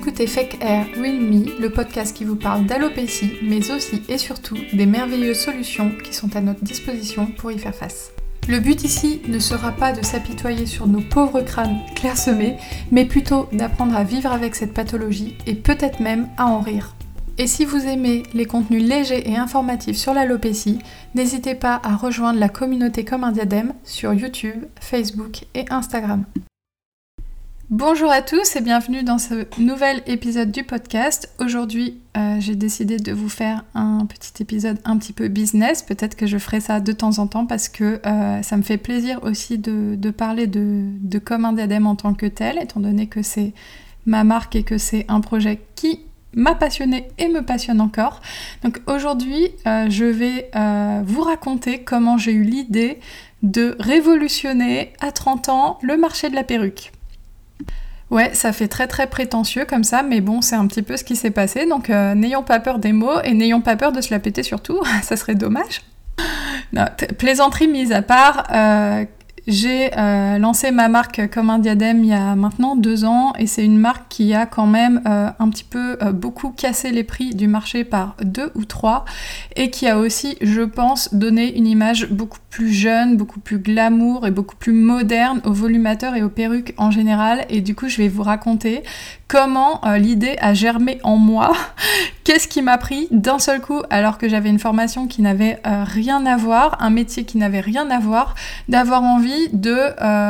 écoutez Fake Hair Real Me, le podcast qui vous parle d'alopécie, mais aussi et surtout des merveilleuses solutions qui sont à notre disposition pour y faire face. Le but ici ne sera pas de s'apitoyer sur nos pauvres crânes clairsemés, mais plutôt d'apprendre à vivre avec cette pathologie et peut-être même à en rire. Et si vous aimez les contenus légers et informatifs sur l'alopécie, n'hésitez pas à rejoindre la communauté Comme un diadème sur YouTube, Facebook et Instagram. Bonjour à tous et bienvenue dans ce nouvel épisode du podcast. Aujourd'hui, j'ai décidé de vous faire un petit épisode un petit peu business. Peut-être que je ferai ça de temps en temps parce que ça me fait plaisir aussi de parler de Comme un diadème en tant que tel, étant donné que c'est ma marque et que c'est un projet qui m'a passionnée et me passionne encore. Donc aujourd'hui, je vais vous raconter comment j'ai eu l'idée de révolutionner à 30 ans le marché de la perruque. Ouais, ça fait très très prétentieux comme ça, mais bon, c'est un petit peu ce qui s'est passé, donc n'ayons pas peur des mots et n'ayons pas peur de se la péter surtout, ça serait dommage. Non, plaisanterie mise à part, j'ai lancé ma marque Comme un diadème il y a maintenant 2 ans et c'est une marque qui a quand même un petit peu beaucoup cassé les prix du marché par 2 ou 3 et qui a aussi, je pense, donné une image beaucoup plus jeune, beaucoup plus glamour et beaucoup plus moderne aux volumateurs et aux perruques en général. Et du coup, je vais vous raconter comment l'idée a germé en moi. Qu'est-ce qui m'a pris d'un seul coup, alors que j'avais une formation qui n'avait rien à voir, un métier qui n'avait rien à voir, d'avoir envie de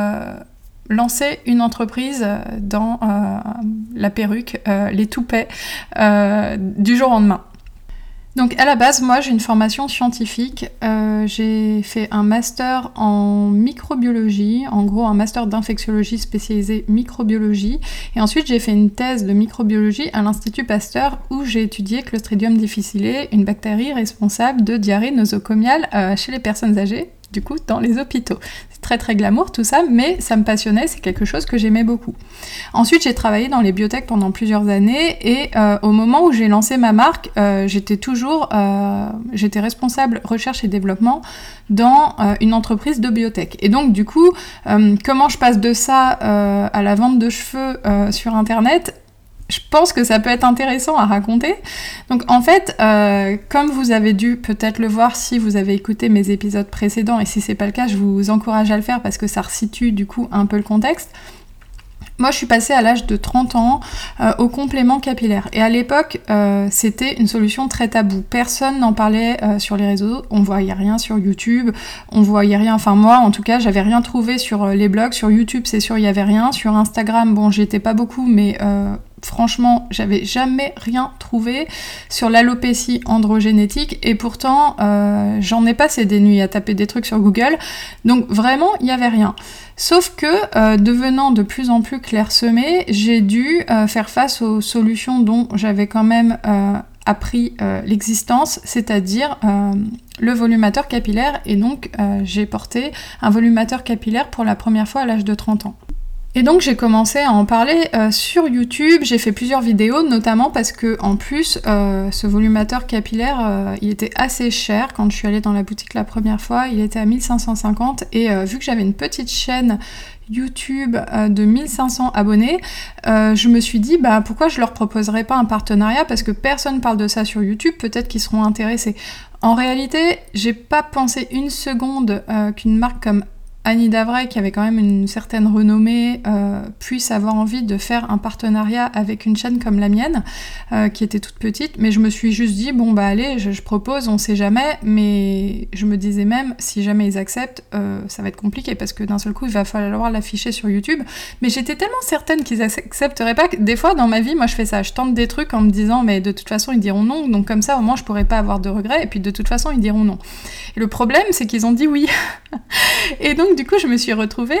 lancer une entreprise dans la perruque, les toupets, du jour au lendemain. Donc à la base, moi j'ai une formation scientifique, j'ai fait un master en microbiologie, en gros un master d'infectiologie spécialisé microbiologie, et ensuite j'ai fait une thèse de microbiologie à l'Institut Pasteur où j'ai étudié Clostridium difficile, une bactérie responsable de diarrhée nosocomiale chez les personnes âgées, du coup dans les hôpitaux. C'est très très glamour tout ça, mais ça me passionnait, c'est quelque chose que j'aimais beaucoup. Ensuite j'ai travaillé dans les biotech pendant plusieurs années et au moment où j'ai lancé ma marque, j'étais responsable recherche et développement dans une entreprise de biotech. Et donc du coup, comment je passe de ça à la vente de cheveux sur internet ? Je pense que ça peut être intéressant à raconter. Donc en fait, comme vous avez dû peut-être le voir si vous avez écouté mes épisodes précédents, et si c'est pas le cas, je vous encourage à le faire parce que ça resitue du coup un peu le contexte. Moi, je suis passée à l'âge de 30 ans au complément capillaire. Et à l'époque, c'était une solution très taboue. Personne n'en parlait sur les réseaux. On voyait rien sur YouTube. On voyait rien. Enfin, moi, en tout cas, j'avais rien trouvé sur les blogs. Sur YouTube, c'est sûr, il y avait rien. Sur Instagram, bon, j'y étais pas beaucoup, mais franchement, j'avais jamais rien trouvé sur l'alopécie androgénétique. Et pourtant, j'en ai passé des nuits à taper des trucs sur Google. Donc, vraiment, il y avait rien. Sauf que, devenant de plus en plus clairsemée, j'ai dû faire face aux solutions dont j'avais quand même appris l'existence, c'est-à-dire le volumateur capillaire. Et donc, j'ai porté un volumateur capillaire pour la première fois à l'âge de 30 ans. Et donc j'ai commencé à en parler sur YouTube, j'ai fait plusieurs vidéos, notamment parce que en plus ce volumateur capillaire il était assez cher. Quand je suis allée dans la boutique la première fois, il était à 1550 et vu que j'avais une petite chaîne YouTube de 1500 abonnés, je me suis dit pourquoi je leur proposerais pas un partenariat, parce que personne parle de ça sur YouTube, peut-être qu'ils seront intéressés. En réalité, j'ai pas pensé une seconde qu'une marque comme Annie Davray, qui avait quand même une certaine renommée, puisse avoir envie de faire un partenariat avec une chaîne comme la mienne, qui était toute petite, mais je me suis juste dit, allez, je propose, on sait jamais, mais je me disais même, si jamais ils acceptent, ça va être compliqué, parce que d'un seul coup, il va falloir l'afficher sur YouTube, mais j'étais tellement certaine qu'ils accepteraient pas, que des fois, dans ma vie, moi je fais ça, je tente des trucs en me disant, mais de toute façon, ils diront non, donc comme ça, au moins, je pourrais pas avoir de regrets, et puis de toute façon, ils diront non. Et le problème, c'est qu'ils ont dit oui. Et donc, du coup, je me suis retrouvée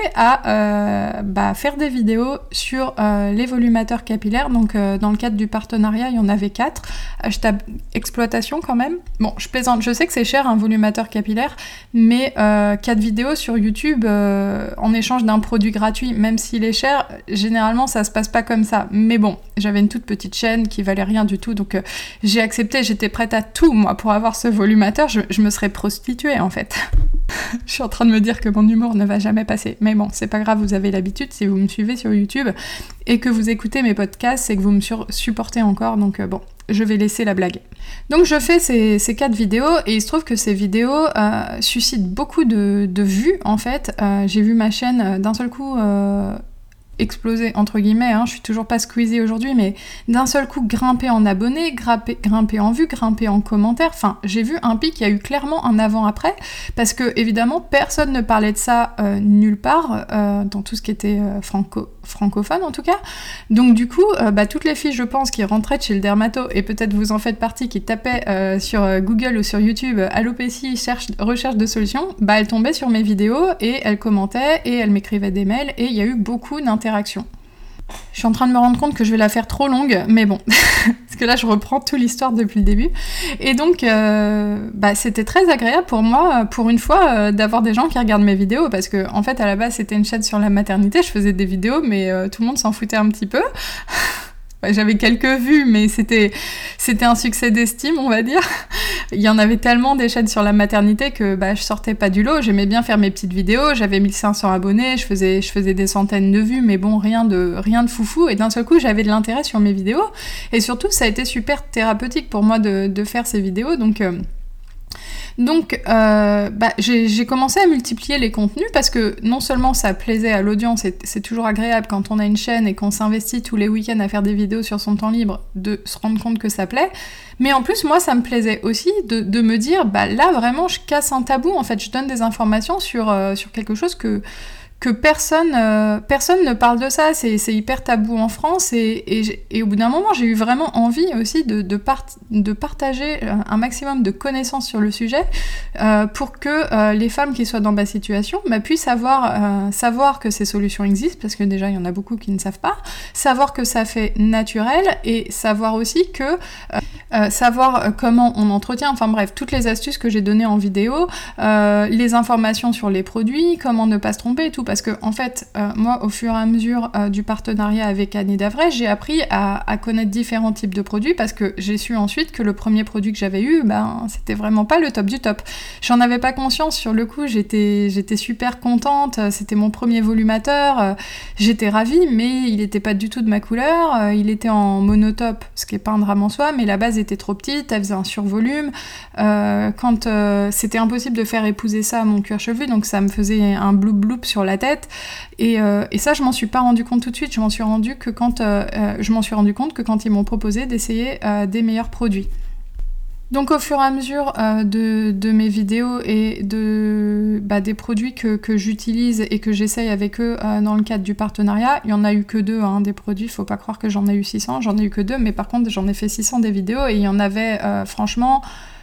à faire des vidéos sur les volumateurs capillaires. Donc, dans le cadre du partenariat, il y en avait 4. Hashtag exploitation quand même. Bon, je plaisante, je sais que c'est cher un volumateur capillaire, mais 4 vidéos sur YouTube en échange d'un produit gratuit, même s'il est cher, généralement, ça se passe pas comme ça. Mais bon, j'avais une toute petite chaîne qui valait rien du tout, donc j'ai accepté, j'étais prête à tout, moi, pour avoir ce volumateur. Je me serais prostituée, en fait. Je suis en train de me dire que mon humour ne va jamais passer. Mais bon, c'est pas grave, vous avez l'habitude, si vous me suivez sur YouTube et que vous écoutez mes podcasts, c'est que vous me supportez encore, donc bon, je vais laisser la blague. Donc je fais ces 4 vidéos, et il se trouve que ces vidéos suscitent beaucoup de vues, en fait. J'ai vu ma chaîne d'un seul coup... exploser entre guillemets, je suis toujours pas squeezée aujourd'hui, mais d'un seul coup grimper en abonnés, grimper en vues, grimper en commentaires, enfin j'ai vu un pic, il y a eu clairement un avant-après, parce que évidemment personne ne parlait de ça nulle part, dans tout ce qui était francophone en tout cas, donc du coup toutes les filles je pense qui rentraient de chez le dermato, et peut-être vous en faites partie, qui tapaient sur Google ou sur YouTube alopécie recherche de solutions, elles tombaient sur mes vidéos et elles commentaient et elles m'écrivaient des mails, et il y a eu beaucoup d'interaction. Je suis en train de me rendre compte que je vais la faire trop longue, mais bon, parce que là je reprends toute l'histoire depuis le début. Et donc, c'était très agréable pour moi, pour une fois, d'avoir des gens qui regardent mes vidéos, parce que en fait à la base c'était une chaîne sur la maternité, je faisais des vidéos, mais tout le monde s'en foutait un petit peu. J'avais quelques vues, mais c'était un succès d'estime, on va dire. Il y en avait tellement des chaînes sur la maternité que je sortais pas du lot. J'aimais bien faire mes petites vidéos, j'avais 1500 abonnés, je faisais des centaines de vues, mais bon, rien de foufou. Et d'un seul coup, j'avais de l'intérêt sur mes vidéos. Et surtout, ça a été super thérapeutique pour moi de faire ces vidéos. Donc, j'ai commencé à multiplier les contenus, parce que non seulement ça plaisait à l'audience, c'est toujours agréable quand on a une chaîne et qu'on s'investit tous les week-ends à faire des vidéos sur son temps libre, de se rendre compte que ça plaît, mais en plus moi ça me plaisait aussi de me dire là vraiment je casse un tabou, en fait je donne des informations sur quelque chose que personne ne parle de ça, c'est hyper tabou en France, et au bout d'un moment j'ai eu vraiment envie aussi de partager un maximum de connaissances sur le sujet, pour que les femmes qui soient dans ma situation puissent savoir que ces solutions existent, parce que déjà il y en a beaucoup qui ne savent pas, savoir que ça fait naturel, et savoir aussi que savoir comment on entretient, enfin bref, toutes les astuces que j'ai données en vidéo, les informations sur les produits, comment ne pas se tromper et tout, parce que en fait, moi, au fur et à mesure du partenariat avec Annie d'Avray, j'ai appris à connaître différents types de produits, parce que j'ai su ensuite que le premier produit que j'avais eu, c'était vraiment pas le top du top. J'en avais pas conscience sur le coup, j'étais super contente, c'était mon premier volumateur, j'étais ravie, mais il était pas du tout de ma couleur, il était en monotop, ce qui est pas un drame en soi, mais la base était trop petite, elle faisait un survolume, quand c'était impossible de faire épouser ça à mon cuir chevelu, donc ça me faisait un bloup sur la tête, et ça je m'en suis pas rendu compte tout de suite, je m'en suis rendu compte que quand ils m'ont proposé d'essayer des meilleurs produits. Donc au fur et à mesure de mes vidéos et des produits que j'utilise et que j'essaye avec eux dans le cadre du partenariat, il y en a eu que 2 des produits, faut pas croire que j'en ai eu 600, j'en ai eu que 2, mais par contre j'en ai fait 600 des vidéos, et il y en avait franchement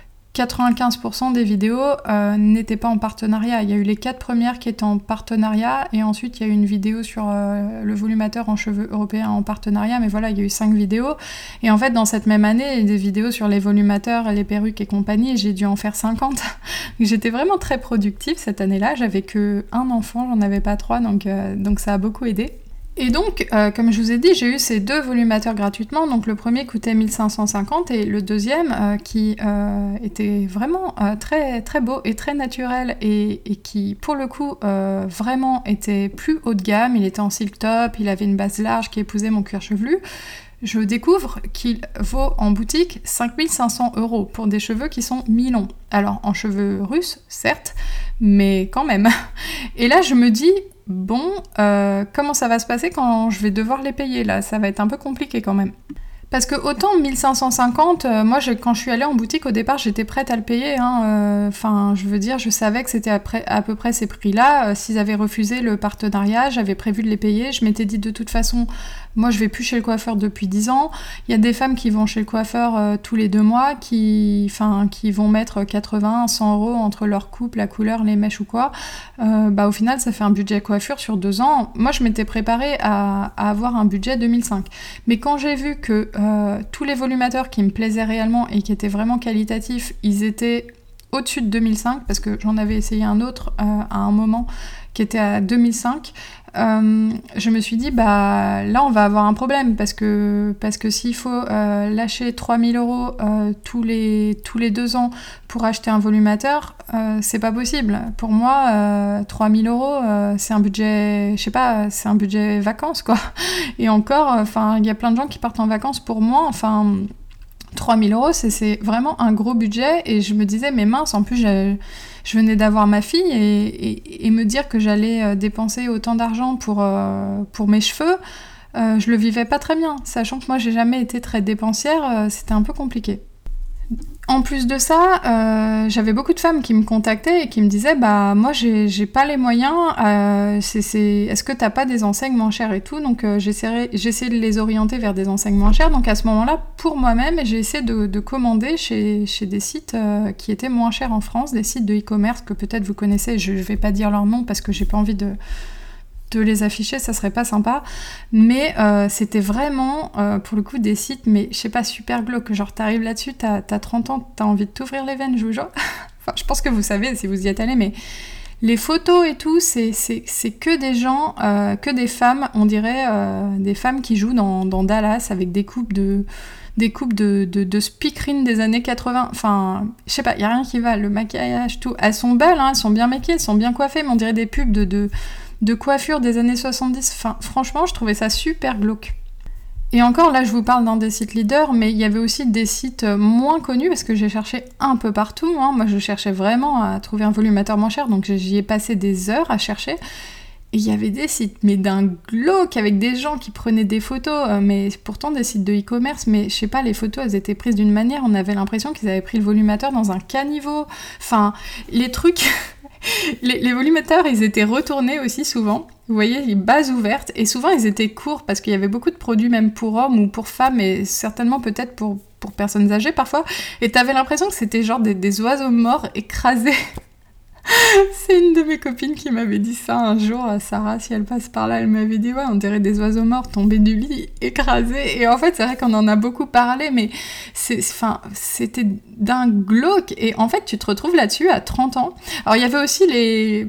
95% des vidéos n'étaient pas en partenariat. Il y a eu les 4 premières qui étaient en partenariat, et ensuite il y a eu une vidéo sur le volumateur en cheveux européen en partenariat, mais voilà, il y a eu 5 vidéos. Et en fait, dans cette même année, il y a des vidéos sur les volumateurs, les perruques et compagnie, et j'ai dû en faire 50. J'étais vraiment très productive cette année-là, j'avais que 1 enfant, j'en avais pas 3, donc ça a beaucoup aidé. Et donc, comme je vous ai dit, j'ai eu ces 2 volumateurs gratuitement, donc le premier coûtait 1550 et le deuxième qui était vraiment très, très beau et très naturel et qui, pour le coup, vraiment était plus haut de gamme, il était en silk top, il avait une base large qui épousait mon cuir chevelu. Je découvre qu'il vaut en boutique 5500 € pour des cheveux qui sont mi-longs. Alors, en cheveux russes, certes, mais quand même. Et là, je me dis... Bon, comment ça va se passer quand je vais devoir les payer là? Ça va être un peu compliqué quand même. Parce que autant 1550, moi quand je suis allée en boutique au départ, j'étais prête à le payer. Enfin, je veux dire, je savais que c'était à peu près ces prix-là. S'ils avaient refusé le partenariat, j'avais prévu de les payer. Je m'étais dit de toute façon, moi je vais plus chez le coiffeur depuis 10 ans. Il y a des femmes qui vont chez le coiffeur tous les 2 mois, qui vont mettre 80, 100 € entre leur coupe, la couleur, les mèches ou quoi. Au final, ça fait un budget coiffure sur 2 ans. Moi, je m'étais préparée à avoir un budget 2005. Mais quand j'ai vu que tous les volumateurs qui me plaisaient réellement et qui étaient vraiment qualitatifs, ils étaient au-dessus de 2005, parce que j'en avais essayé un autre à un moment qui était à 2005, je me suis dit, bah là on va avoir un problème parce que s'il faut lâcher 3000 euros tous les 2 ans pour acheter un volumateur, c'est pas possible. Pour moi, 3000 euros, c'est un budget, je sais pas, c'est un budget vacances quoi. Et encore, enfin, il y a plein de gens qui partent en vacances pour moi, enfin. 3000 euros, c'est vraiment un gros budget, et je me disais, mais mince, en plus, je venais d'avoir ma fille, et me dire que j'allais dépenser autant d'argent pour mes cheveux, je le vivais pas très bien, sachant que moi, j'ai jamais été très dépensière, c'était un peu compliqué. En plus de ça, j'avais beaucoup de femmes qui me contactaient et qui me disaient bah moi j'ai pas les moyens, est-ce que t'as pas des enseignes moins chères et tout, donc j'essayais de les orienter vers des enseignes moins chères, donc à ce moment-là pour moi-même j'ai essayé de commander chez des sites qui étaient moins chers en France, des sites de e-commerce que peut-être vous connaissez, je vais pas dire leur nom parce que j'ai pas envie de les afficher, ça serait pas sympa, mais c'était vraiment pour le coup des sites, mais je sais pas, super glauque, genre t'arrives là-dessus, t'as 30 ans, t'as envie de t'ouvrir les veines, je vous jure. Enfin, je pense que vous savez si vous y êtes allé, mais les photos et tout, c'est que des gens, que des femmes, on dirait des femmes qui jouent dans Dallas avec des coupes de speakerines des années 80, enfin, je sais pas, y a rien qui va, le maquillage, tout, elles sont belles, hein, elles sont bien maquillées, elles sont bien coiffées, mais on dirait des pubs de coiffure des années 70, enfin, franchement, je trouvais ça super glauque. Et encore, là, je vous parle d'un des sites leaders, mais il y avait aussi des sites moins connus, parce que j'ai cherché un peu partout, hein. Moi, je cherchais vraiment à trouver un volumateur moins cher, donc j'y ai passé des heures à chercher, et il y avait des sites, mais d'un glauque, avec des gens qui prenaient des photos, mais pourtant des sites de e-commerce, mais je sais pas, les photos, elles étaient prises d'une manière, on avait l'impression qu'ils avaient pris le volumateur dans un caniveau, enfin, les trucs... Les volumateurs, ils étaient retournés aussi souvent. Vous voyez, les bases ouvertes. Et souvent, ils étaient courts parce qu'il y avait beaucoup de produits, même pour hommes ou pour femmes, et certainement peut-être pour personnes âgées parfois. Et t'avais l'impression que c'était genre des oiseaux morts écrasés. C'est une de mes copines qui m'avait dit ça un jour, Sarah, si elle passe par là, elle m'avait dit ouais, on dirait des oiseaux morts tombés du lit, écrasés. Et en fait, c'est vrai qu'on en a beaucoup parlé, mais c'était d'un glauque. Et en fait, tu te retrouves là-dessus à 30 ans. Alors, il y avait aussi les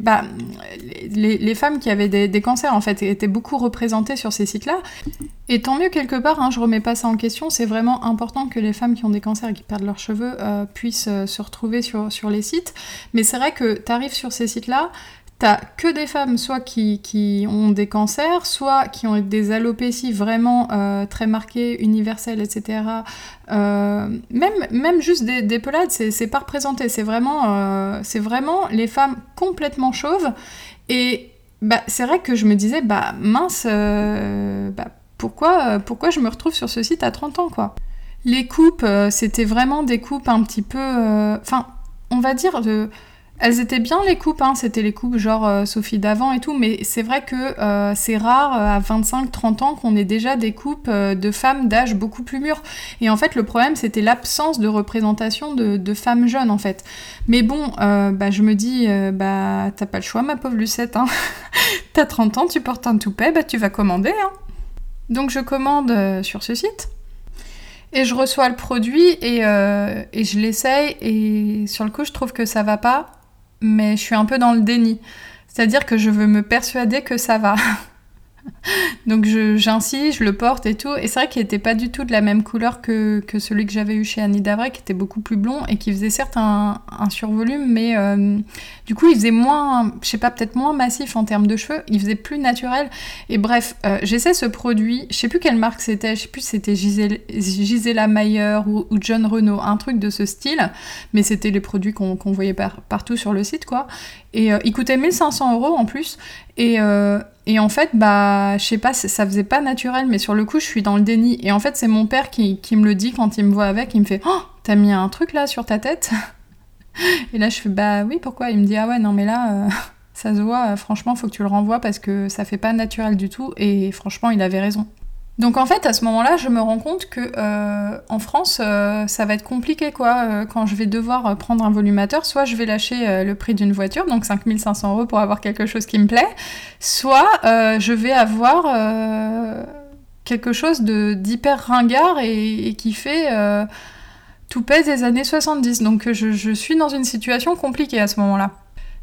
femmes qui avaient des cancers, en fait, et étaient beaucoup représentées sur ces sites-là. Et tant mieux quelque part, hein, je remets pas ça en question, c'est vraiment important que les femmes qui ont des cancers et qui perdent leurs cheveux puissent se retrouver sur les sites. Mais c'est vrai que t'arrives sur ces sites-là, t'as que des femmes soit qui ont des cancers, soit qui ont des alopécies vraiment très marquées, universelles, etc. Même juste des pelades, c'est pas représenté, c'est vraiment les femmes complètement chauves. Et bah, c'est vrai que je me disais, bah mince, pourquoi je me retrouve sur ce site à 30 ans, quoi. Les coupes, c'était vraiment des coupes un petit peu... Enfin, on va dire... Elles étaient bien les coupes, hein, c'était les coupes genre Sophie Davant et tout, mais c'est vrai que c'est rare à 25-30 ans qu'on ait déjà des coupes de femmes d'âge beaucoup plus mûr. Et en fait, le problème, c'était l'absence de représentation de femmes jeunes, en fait. Mais bon, je me dis, t'as pas le choix, ma pauvre Lucette, hein. T'as 30 ans, tu portes un toupet, tu vas commander, hein. Donc je commande sur ce site. Et je reçois le produit et je l'essaye, et sur le coup, je trouve que ça va pas. Mais je suis un peu dans le déni. C'est-à-dire que je veux me persuader que ça va. Donc j'insiste, je le porte et tout. Et c'est vrai qu'il était pas du tout de la même couleur que celui que j'avais eu chez Annie Davray, qui était beaucoup plus blond et qui faisait certes un survolume, mais du coup il faisait moins, je sais pas, peut-être moins massif en termes de cheveux, il faisait plus naturel. Et bref, j'essaie ce produit, je sais plus quelle marque c'était, je sais plus si c'était Gisela Mayer ou John Renault, un truc de ce style, mais c'était les produits qu'on voyait partout sur le site, quoi. Et il coûtait 1500 € en plus. Et en fait, je sais pas, ça faisait pas naturel, mais sur le coup, je suis dans le déni. Et en fait, c'est mon père qui me le dit quand il me voit avec. Il me fait « Oh, t'as mis un truc là sur ta tête ?» Et là, je fais « Bah oui, pourquoi ?» Il me dit « Ah ouais, non mais là, ça se voit, franchement, faut que tu le renvoies parce que ça fait pas naturel du tout. » Et franchement, il avait raison. Donc en fait, à ce moment-là, je me rends compte que en France, ça va être compliqué, quoi. Quand je vais devoir prendre un volumateur, soit je vais lâcher le prix d'une voiture, donc 5500 € pour avoir quelque chose qui me plaît, soit je vais avoir quelque chose d'hyper ringard et qui fait toupet des années 70. Donc je suis dans une situation compliquée à ce moment-là.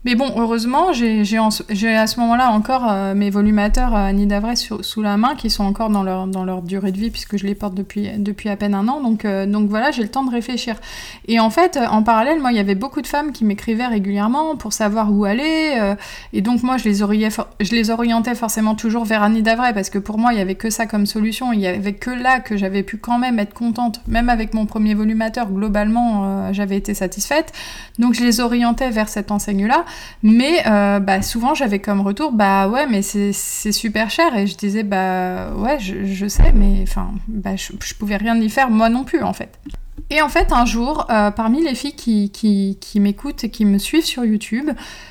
Mais bon, heureusement, j'ai à ce moment-là encore mes volumateurs Annie d'Avray sous la main qui sont encore dans leur durée de vie puisque je les porte depuis à peine un an. Donc voilà, j'ai le temps de réfléchir. Et en fait, en parallèle, moi, il y avait beaucoup de femmes qui m'écrivaient régulièrement pour savoir où aller. Et donc moi, je les orientais forcément toujours vers Annie d'Avray parce que pour moi, il y avait que ça comme solution. Il y avait que là que j'avais pu quand même être contente. Même avec mon premier volumateur, globalement, j'avais été satisfaite. Donc je les orientais vers cette enseigne-là. Mais souvent j'avais comme retour ouais mais c'est super cher et je disais ouais je sais mais enfin je pouvais rien y faire moi non plus en fait. Et en fait un jour parmi les filles qui m'écoutent et qui me suivent sur YouTube,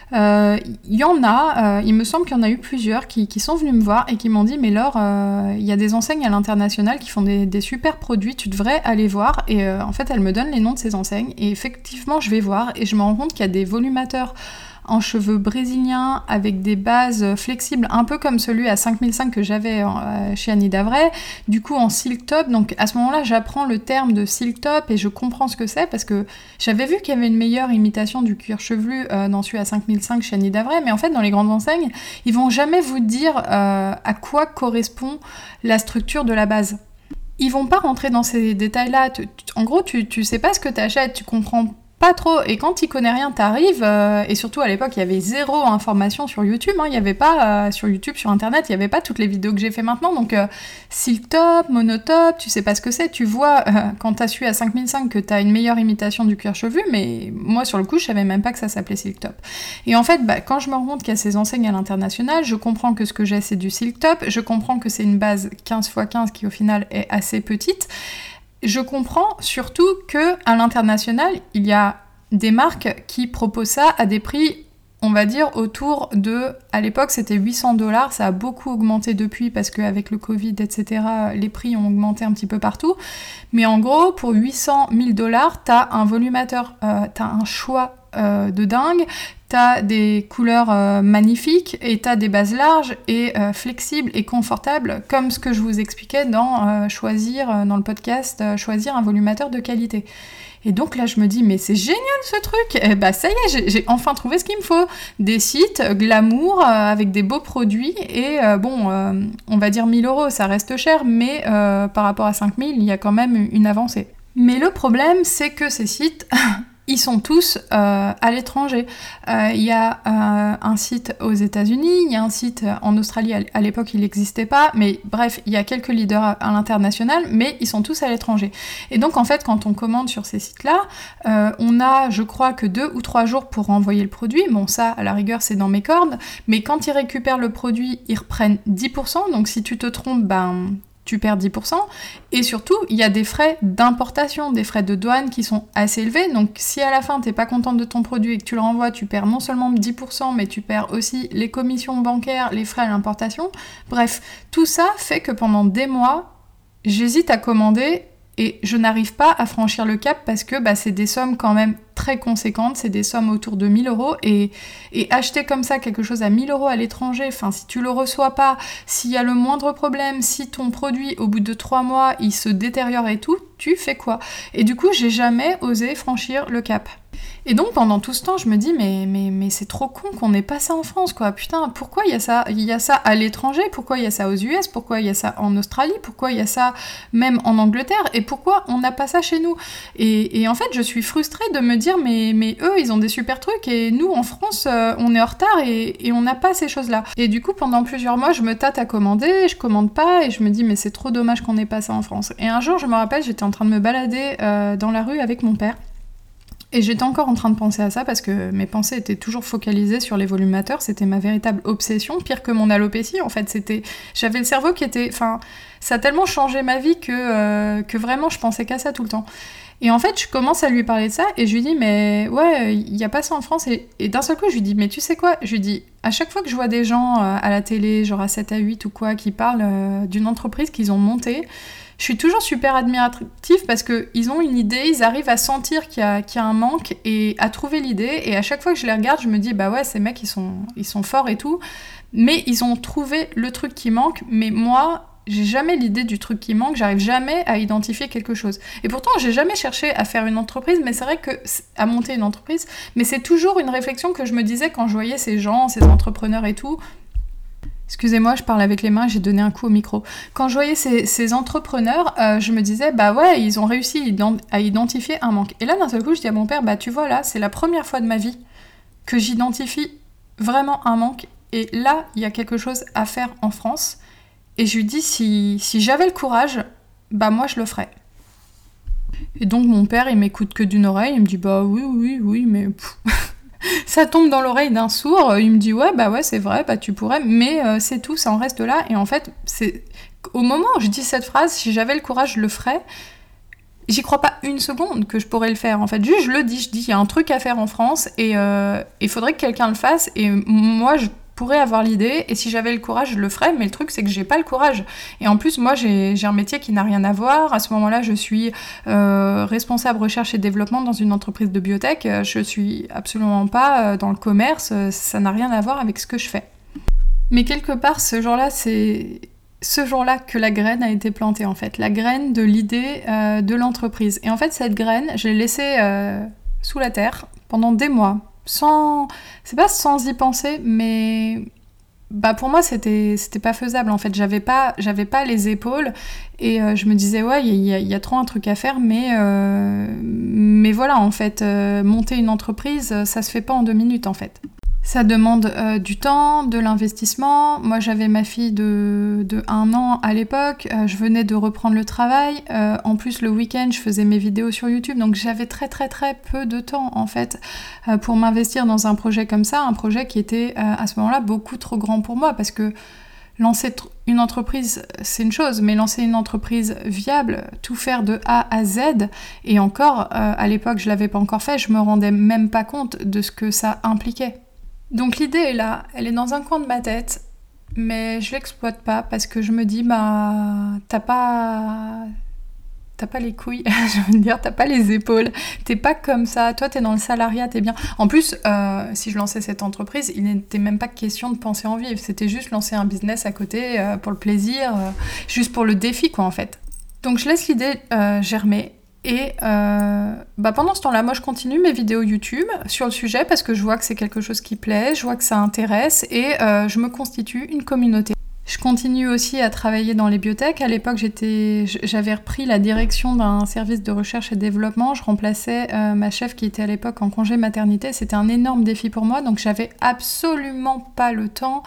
il y en a, il me semble qu'il y en a eu plusieurs qui sont venus me voir et qui m'ont dit mais Laure, il y a des enseignes à l'international qui font des super produits, tu devrais aller voir. Et en fait elles me donnent les noms de ces enseignes et effectivement je vais voir et je me rends compte qu'il y a des volumateurs en cheveux brésiliens avec des bases flexibles un peu comme celui à 5005 que j'avais chez Annie d'Avray, du coup en silk top. Donc à ce moment-là j'apprends le terme de silk top et je comprends ce que c'est parce que j'avais vu qu'il y avait une meilleure imitation du cuir chevelu dans celui à 5005 chez Annie d'Avray, mais en fait dans les grandes enseignes ils vont jamais vous dire à quoi correspond la structure de la base. Ils vont pas rentrer dans ces détails-là. En gros, tu sais pas ce que t'achètes, tu comprends pas trop, et quand tu connais rien, t'arrives, et surtout à l'époque il y avait zéro information sur YouTube, il y avait pas sur YouTube, sur internet, il y avait pas toutes les vidéos que j'ai fait maintenant, donc silk top, monotop, tu sais pas ce que c'est, tu vois quand t'as su à 5005 que t'as une meilleure imitation du cuir chevelu, mais moi sur le coup je savais même pas que ça s'appelait silk top. Et en fait quand je me rends compte qu'il y a ces enseignes à l'international, je comprends que ce que j'ai c'est du silk top, je comprends que c'est une base 15x15 qui au final est assez petite. Je comprends surtout que à l'international, il y a des marques qui proposent ça à des prix, on va dire, autour de... À l'époque, c'était $800, ça a beaucoup augmenté depuis parce qu'avec le Covid, etc., les prix ont augmenté un petit peu partout. Mais en gros, pour $800,000, t'as un volumateur, t'as un choix de dingue, t'as des couleurs magnifiques et t'as des bases larges et flexibles et confortables, comme ce que je vous expliquais dans dans le podcast choisir un volumateur de qualité. Et donc là je me dis mais c'est génial ce truc, et ça y est, j'ai enfin trouvé ce qu'il me faut, des sites glamour avec des beaux produits et on va dire 1 000 €, ça reste cher, mais par rapport à 5 000 il y a quand même une avancée. Mais le problème c'est que ces sites ils sont tous à l'étranger. Il y a un site aux États-Unis, il y a un site en Australie, à l'époque il n'existait pas, mais bref, il y a quelques leaders à l'international, mais ils sont tous à l'étranger. Et donc en fait, quand on commande sur ces sites-là, on a, je crois, que 2 ou 3 jours pour renvoyer le produit. Bon, ça, à la rigueur, c'est dans mes cordes, mais quand ils récupèrent le produit, ils reprennent 10%, donc si tu te trompes, tu perds 10%, et surtout, il y a des frais d'importation, des frais de douane qui sont assez élevés, donc si à la fin t'es pas contente de ton produit et que tu le renvoies, tu perds non seulement 10%, mais tu perds aussi les commissions bancaires, les frais à l'importation. Bref, tout ça fait que pendant des mois, j'hésite à commander et je n'arrive pas à franchir le cap parce que c'est des sommes quand même très conséquentes, c'est des sommes autour de 1 000 € et acheter comme ça quelque chose à 1 000 € à l'étranger, si tu le reçois pas, s'il y a le moindre problème, si ton produit au bout de 3 mois il se détériore et tout, tu fais quoi? Et du coup j'ai jamais osé franchir le cap. Et donc pendant tout ce temps, je me dis mais c'est trop con qu'on n'ait pas ça en France quoi. Putain, pourquoi il y a ça à l'étranger? Pourquoi il y a ça aux US? Pourquoi il y a ça en Australie? Pourquoi il y a ça même en Angleterre? Et pourquoi on n'a pas ça chez nous? Et en fait, je suis frustrée de me dire mais eux, ils ont des super trucs et nous en France, on est en retard et on n'a pas ces choses-là. Et du coup, pendant plusieurs mois, je me tâte à commander, je commande pas et je me dis mais c'est trop dommage qu'on n'ait pas ça en France. Et un jour, je me rappelle, j'étais en train de me balader dans la rue avec mon père. Et j'étais encore en train de penser à ça parce que mes pensées étaient toujours focalisées sur les volumateurs, c'était ma véritable obsession, pire que mon alopécie en fait, j'avais le cerveau qui était... ça a tellement changé ma vie que vraiment je pensais qu'à ça tout le temps. Et en fait, je commence à lui parler de ça et je lui dis mais ouais, il n'y a pas ça en France et d'un seul coup je lui dis mais tu sais quoi, je lui dis à chaque fois que je vois des gens à la télé, genre à 7 à 8 ou quoi, qui parlent d'une entreprise qu'ils ont montée, je suis toujours super admirative parce qu'ils ont une idée, ils arrivent à sentir qu'il y a un manque et à trouver l'idée. Et à chaque fois que je les regarde, je me dis, ouais, ces mecs, ils sont forts et tout. Mais ils ont trouvé le truc qui manque. Mais moi, j'ai jamais l'idée du truc qui manque, j'arrive jamais à identifier quelque chose. Et pourtant, j'ai jamais cherché à faire une entreprise, mais c'est vrai que à monter une entreprise, mais c'est toujours une réflexion que je me disais quand je voyais ces gens, ces entrepreneurs et tout. Excusez-moi, je parle avec les mains, j'ai donné un coup au micro. Quand je voyais ces entrepreneurs, je me disais, bah ouais, ils ont réussi à identifier un manque. Et là, d'un seul coup, je dis à mon père, bah tu vois, là, c'est la première fois de ma vie que j'identifie vraiment un manque. Et là, il y a quelque chose à faire en France. Et je lui dis, si j'avais le courage, bah moi, je le ferais. Et donc, mon père, il m'écoute que d'une oreille, il me dit, bah oui, mais... Ça tombe dans l'oreille d'un sourd, il me dit ouais c'est vrai, bah tu pourrais, mais c'est tout, ça en reste là. Et en fait, c'est au moment où je dis cette phrase, si j'avais le courage, je le ferais. J'y crois pas une seconde que je pourrais le faire. En fait, juste je le dis, il y a un truc à faire en France et il faudrait que quelqu'un le fasse. Et moi, je pourrais avoir l'idée et si j'avais le courage, je le ferais. Mais le truc, c'est que j'ai pas le courage. Et en plus, moi, j'ai un métier qui n'a rien à voir. À ce moment-là, je suis responsable recherche et développement dans une entreprise de biotech. Je suis absolument pas dans le commerce. Ça n'a rien à voir avec ce que je fais. Mais quelque part, ce jour-là, c'est ce jour-là que la graine a été plantée, en fait. La graine de l'idée de l'entreprise. Et en fait, cette graine, je l'ai laissée sous la terre pendant des mois. C'est pas sans y penser, mais bah pour moi c'était pas faisable en fait. J'avais pas les épaules et je me disais ouais il y a trop un truc à faire, mais voilà en fait monter une entreprise ça se fait pas en 2 minutes en fait. Ça demande du temps, de l'investissement. Moi, j'avais ma fille de 1 an à l'époque. Je venais de reprendre le travail. En plus, le week-end, je faisais mes vidéos sur YouTube. Donc, j'avais très, très, très peu de temps, en fait, pour m'investir dans un projet comme ça. Un projet qui était, à ce moment-là, beaucoup trop grand pour moi. Parce que lancer une entreprise, c'est une chose. Mais lancer une entreprise viable, tout faire de A à Z, et encore, à l'époque, je l'avais pas encore fait. Je me rendais même pas compte de ce que ça impliquait. Donc l'idée est là, elle est dans un coin de ma tête, mais je l'exploite pas parce que je me dis bah t'as pas les couilles, je veux dire t'as pas les épaules, t'es pas comme ça, toi t'es dans le salariat, t'es bien. En plus, si je lançais cette entreprise, il n'était même pas question de penser en vivre, c'était juste lancer un business à côté pour le plaisir, juste pour le défi quoi en fait. Donc je laisse l'idée germer. Et pendant ce temps-là, moi je continue mes vidéos YouTube sur le sujet parce que je vois que c'est quelque chose qui plaît, je vois que ça intéresse et je me constitue une communauté. Je continue aussi à travailler dans les biotech. À l'époque, j'avais repris la direction d'un service de recherche et développement. Je remplaçais ma chef qui était à l'époque en congé maternité. C'était un énorme défi pour moi, donc j'avais absolument pas le temps,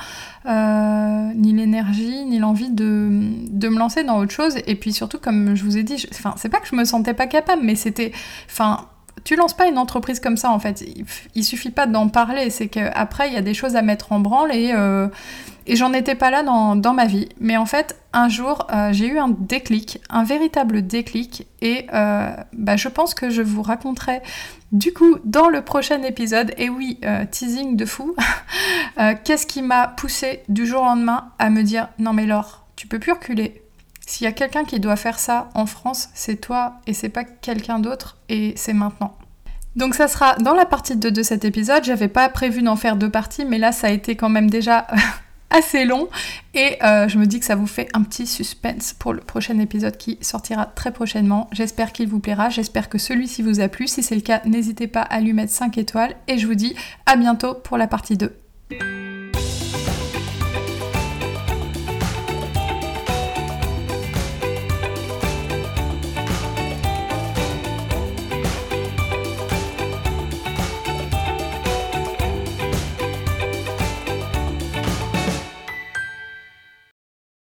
ni l'énergie, ni l'envie de me lancer dans autre chose. Et puis surtout, comme je vous ai dit, c'est pas que je me sentais pas capable, mais c'était... Tu lances pas une entreprise comme ça, en fait. Il suffit pas d'en parler, c'est qu'après, il y a des choses à mettre en branle et j'en étais pas là dans ma vie. Mais en fait, un jour, j'ai eu un déclic, un véritable déclic. Et je pense que je vous raconterai du coup dans le prochain épisode. Et oui, teasing de fou. Qu'est-ce qui m'a poussée du jour au lendemain à me dire « Non mais Laure, tu peux plus reculer. S'il y a quelqu'un qui doit faire ça en France, c'est toi et c'est pas quelqu'un d'autre et c'est maintenant. » Donc ça sera dans la partie 2 de cet épisode. J'avais pas prévu d'en faire 2 parties, mais là ça a été quand même déjà assez long et je me dis que ça vous fait un petit suspense pour le prochain épisode qui sortira très prochainement. J'espère qu'il vous plaira, j'espère que celui-ci vous a plu. Si c'est le cas, n'hésitez pas à lui mettre 5 étoiles et je vous dis à bientôt pour la partie 2.